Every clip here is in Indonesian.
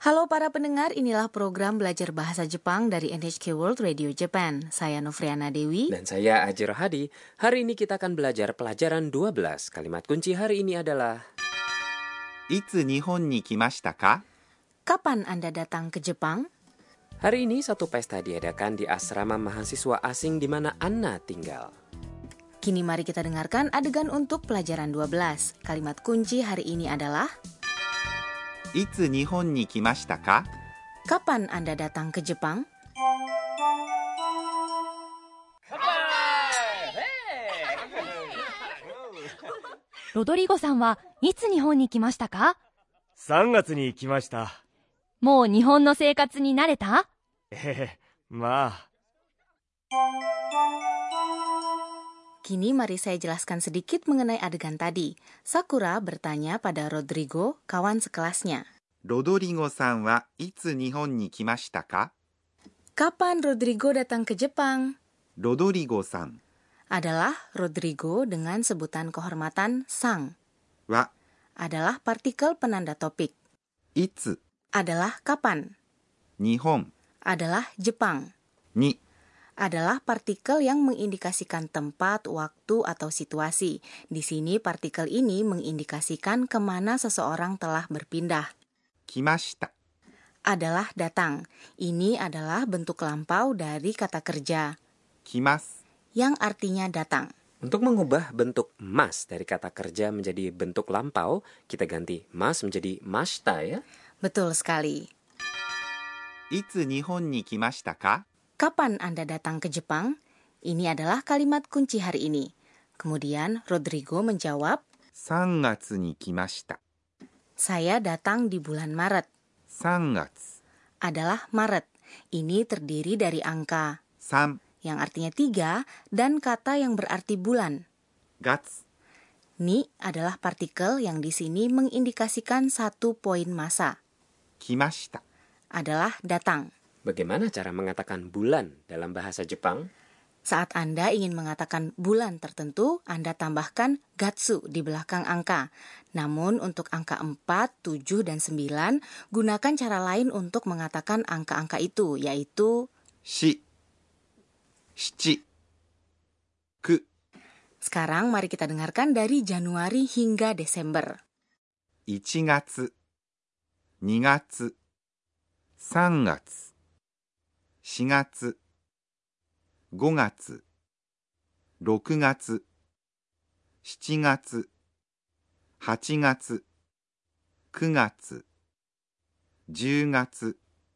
Halo para pendengar, inilah program belajar bahasa Jepang dari NHK World Radio Japan. Saya Novriana Dewi. Dan saya Aji Rohadi. Hari ini kita akan belajar pelajaran 12. Kalimat kunci hari ini adalah いつ日本に来ましたか? Kapan Anda datang ke Jepang? Hari ini satu pesta diadakan di asrama mahasiswa asing di mana Anna tinggal. Kini mari kita dengarkan adegan untuk pelajaran 12. Kalimat kunci hari ini adalah いつ日本に来ましたか? Kapan Anda datang ke Jepang? Rodrigo さんはいつ日本に来ましたか? 3月に来ました。 もう日本の生活に慣れた? まあ。 Kini mari saya jelaskan sedikit mengenai adegan tadi. Sakura bertanya pada Rodrigo, kawan sekelasnya. ロドリゴさんはいつ日本に来ましたか? Kapan Rodrigo datang ke Jepang? ロドリゴさん Adalah Rodrigo dengan sebutan kehormatan sang. は Adalah partikel penanda topik. いつ Adalah kapan. 日本 Adalah Jepang. に Adalah partikel yang mengindikasikan tempat, waktu, atau situasi. Di sini partikel ini mengindikasikan kemana seseorang telah berpindah. 来ました Adalah datang. Ini adalah bentuk lampau dari kata kerja, 来ます yang artinya datang. Untuk mengubah bentuk mas dari kata kerja menjadi bentuk lampau, kita ganti mas menjadi mashita ya. Betul sekali. いつ日本に来ましたか? Kapan Anda datang ke Jepang? Ini adalah kalimat kunci hari ini. Kemudian Rodrigo menjawab, 3月に来ました Saya datang di bulan Maret. 3月 Adalah Maret. Ini terdiri dari angka 3 yang artinya 3 dan kata yang berarti bulan. 月 Ni adalah partikel yang di sini mengindikasikan satu poin masa. 来ました Adalah datang. Bagaimana cara mengatakan bulan dalam bahasa Jepang? Saat Anda ingin mengatakan bulan tertentu, Anda tambahkan gatsu di belakang angka. Namun untuk angka 4, 7, dan 9, gunakan cara lain untuk mengatakan angka-angka itu, yaitu 4 7 9 Sekarang mari kita dengarkan dari Januari hingga Desember. 1月2月3月4月5月6月7月8月9月10月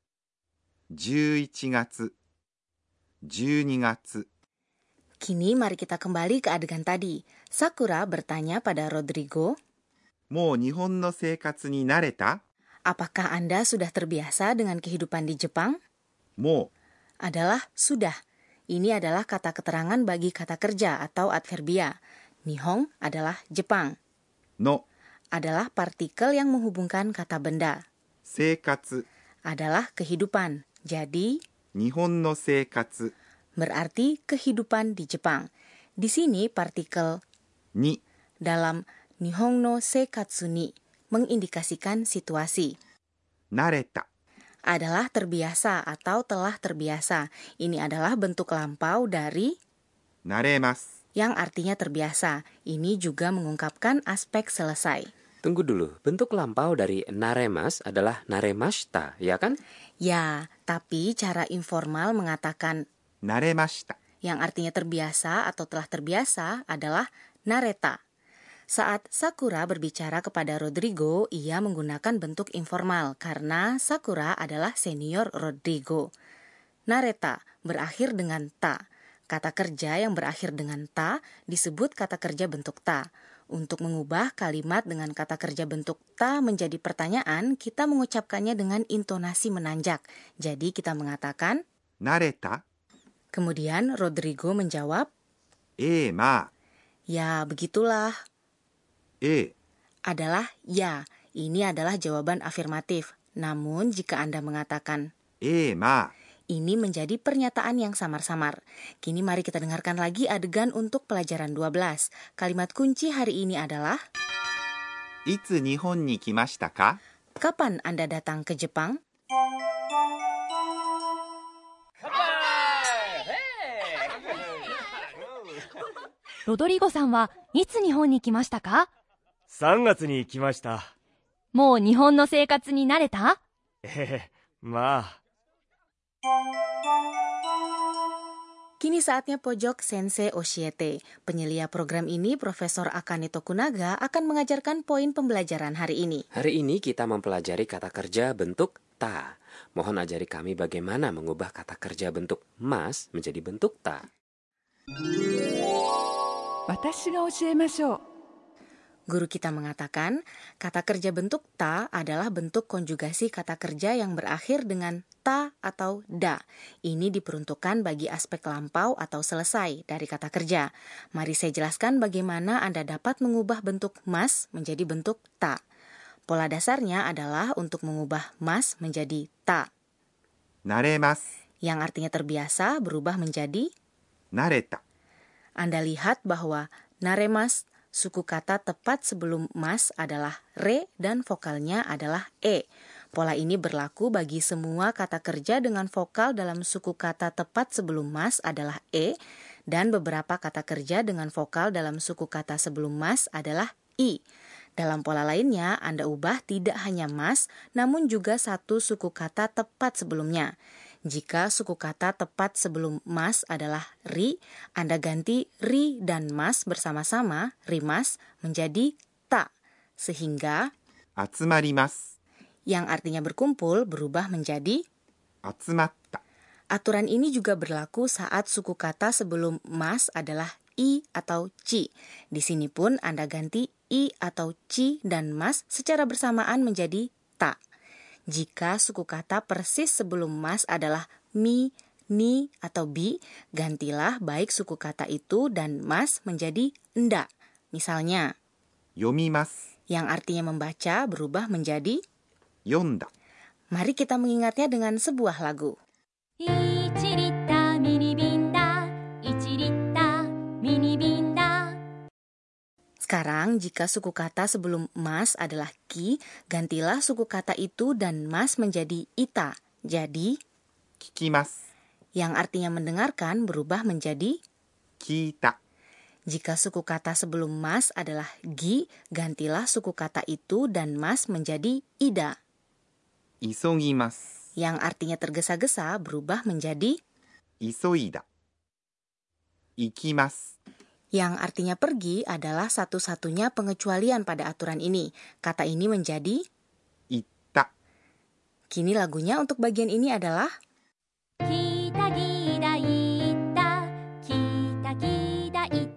11月12月 Kini mari kita kembali ke adegan tadi. Sakura bertanya pada Rodrigo, もう日本の生活に慣れた? apakah Anda sudah terbiasa dengan kehidupan di Jepang? も Adalah sudah. Ini adalah kata keterangan bagi kata kerja atau adverbia. Nihon adalah Jepang. うの Adalah partikel yang menghubungkan kata benda. 生活 Adalah kehidupan. Jadi, 日本の生活 berarti kehidupan di Jepang. Di sini partikel に dalam Nihon no seikatsu ni mengindikasikan situasi. 慣れた Adalah terbiasa atau telah terbiasa. Ini adalah bentuk lampau dari 慣れます yang artinya terbiasa. Ini juga mengungkapkan aspek selesai. Tunggu dulu, bentuk lampau dari naremas adalah naremashita, ya kan? Ya, tapi cara informal mengatakan 慣れました yang artinya terbiasa atau telah terbiasa adalah nareta. Saat Sakura berbicara kepada Rodrigo, ia menggunakan bentuk informal karena Sakura adalah senior Rodrigo. Nareta berakhir dengan ta. Kata kerja yang berakhir dengan ta disebut kata kerja bentuk ta. Untuk mengubah kalimat dengan kata kerja bentuk ta menjadi pertanyaan, kita mengucapkannya dengan intonasi menanjak. Jadi kita mengatakan, 慣れた kemudian Rodrigo menjawab, まあ ya begitulah. Adalah ya. Ini adalah jawaban afirmatif. Namun jika Anda mengatakan まあ ini menjadi pernyataan yang samar-samar. Kini mari kita dengarkan lagi adegan untuk pelajaran 12. Kalimat kunci hari ini adalah いつ日本に来ましたか? Kapan Anda datang ke Jepang? Rodrigo さんはいつ日本に来ましたか？ 3月に来ました。 もう日本の生活に慣れた？ まあ。 Kini saatnya pojok Sensei Oshiete. Penyelia program ini, Profesor Akane Tokunaga, akan mengajarkan poin pembelajaran hari ini. Hari ini kita mempelajari kata kerja bentuk ta. Mohon ajari kami bagaimana mengubah kata kerja bentuk mas menjadi bentuk ta. 私が教えましょう。 Guru kita mengatakan, kata kerja bentuk ta adalah bentuk konjugasi kata kerja yang berakhir dengan ta atau da. Ini diperuntukkan bagi aspek lampau atau selesai dari kata kerja. Mari saya jelaskan bagaimana Anda dapat mengubah bentuk mas menjadi bentuk ta. Pola dasarnya adalah untuk mengubah mas menjadi ta. 慣れます。 Yang artinya terbiasa berubah menjadi 慣れた。 Anda lihat bahwa naremas, suku kata tepat sebelum mas adalah re dan vokalnya adalah e. Pola ini berlaku bagi semua kata kerja dengan vokal dalam suku kata tepat sebelum mas adalah e dan beberapa kata kerja dengan vokal dalam suku kata sebelum mas adalah i. Dalam pola lainnya, Anda ubah tidak hanya mas, namun juga satu suku kata tepat sebelumnya. Jika suku kata tepat sebelum mas adalah ri, Anda ganti ri dan mas bersama-sama, rimas, menjadi ta. Sehingga 集まります。 yang artinya berkumpul berubah menjadi 集まった。 Aturan ini juga berlaku saat suku kata sebelum mas adalah i atau ci. Di sini pun Anda ganti i atau ci dan mas secara bersamaan menjadi ta. Jika suku kata persis sebelum mas adalah mi, ni, atau bi, gantilah baik suku kata itu dan mas menjadi nda. Misalnya, 読みます。 yang artinya membaca berubah menjadi 読んだ。 Mari kita mengingatnya dengan sebuah lagu. 1リッターミニ瓶だ1リッターミニ瓶だ Sekarang, jika suku kata sebelum mas adalah ki, gantilah suku kata itu dan mas menjadi ita. Jadi, 聞きます。 yang artinya mendengarkan berubah menjadi 聞いた。 jika suku kata sebelum mas adalah gi, gantilah suku kata itu dan mas menjadi ida. 急ぎます。 Yang artinya tergesa-gesa berubah menjadi 急いだ。行きます。 yang artinya pergi adalah satu-satunya pengecualian pada aturan ini. Kata ini menjadi 行った。 Kini lagunya untuk bagian ini adalah 聞いた聞いた言った聞いた聞いた言った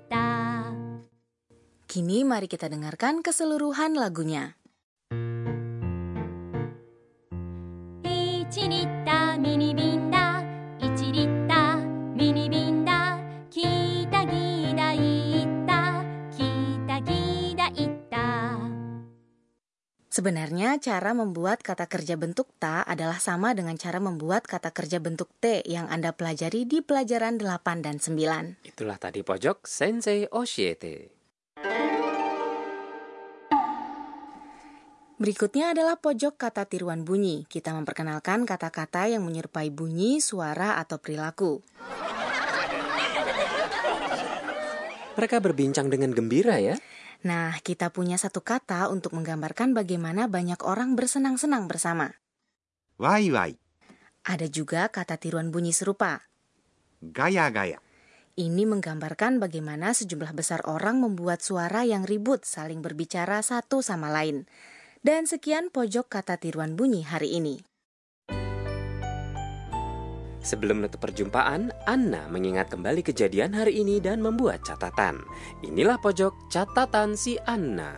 Kini mari kita dengarkan keseluruhan lagunya. 1リッターミニ瓶だ1リッターミニ瓶だ聞いた聞いた言った聞いた聞いた言った Sebenarnya cara membuat kata kerja bentuk ta adalah sama dengan cara membuat kata kerja bentuk te yang Anda pelajari di pelajaran 8 dan 9. Itulah tadi pojok Sensei Oshiete. Berikutnya adalah pojok kata tiruan bunyi. Kita memperkenalkan kata-kata yang menyerupai bunyi, suara, atau perilaku. Mereka berbincang dengan gembira ya. Nah, kita punya satu kata untuk menggambarkan bagaimana banyak orang bersenang-senang bersama. ワイワイ。 Ada juga kata tiruan bunyi serupa. ガヤガヤ。 Ini menggambarkan bagaimana sejumlah besar orang membuat suara yang ribut saling berbicara satu sama lain. Dan sekian pojok kata tiruan bunyi hari ini. Sebelum menutup perjumpaan, Anna mengingat kembali kejadian hari ini dan membuat catatan. Inilah pojok catatan si Anna.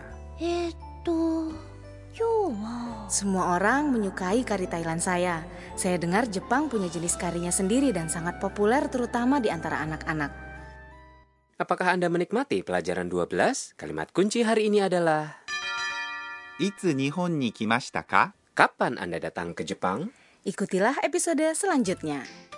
Semua orang menyukai kari Thailand saya. Saya dengar Jepang punya jenis karinya sendiri dan sangat populer terutama di antara anak-anak. Apakah Anda menikmati pelajaran 12? Kalimat kunci hari ini adalah いつ日本に来ましたか？ Kapan Anda datang ke Jepang? Ikutilah episode selanjutnya.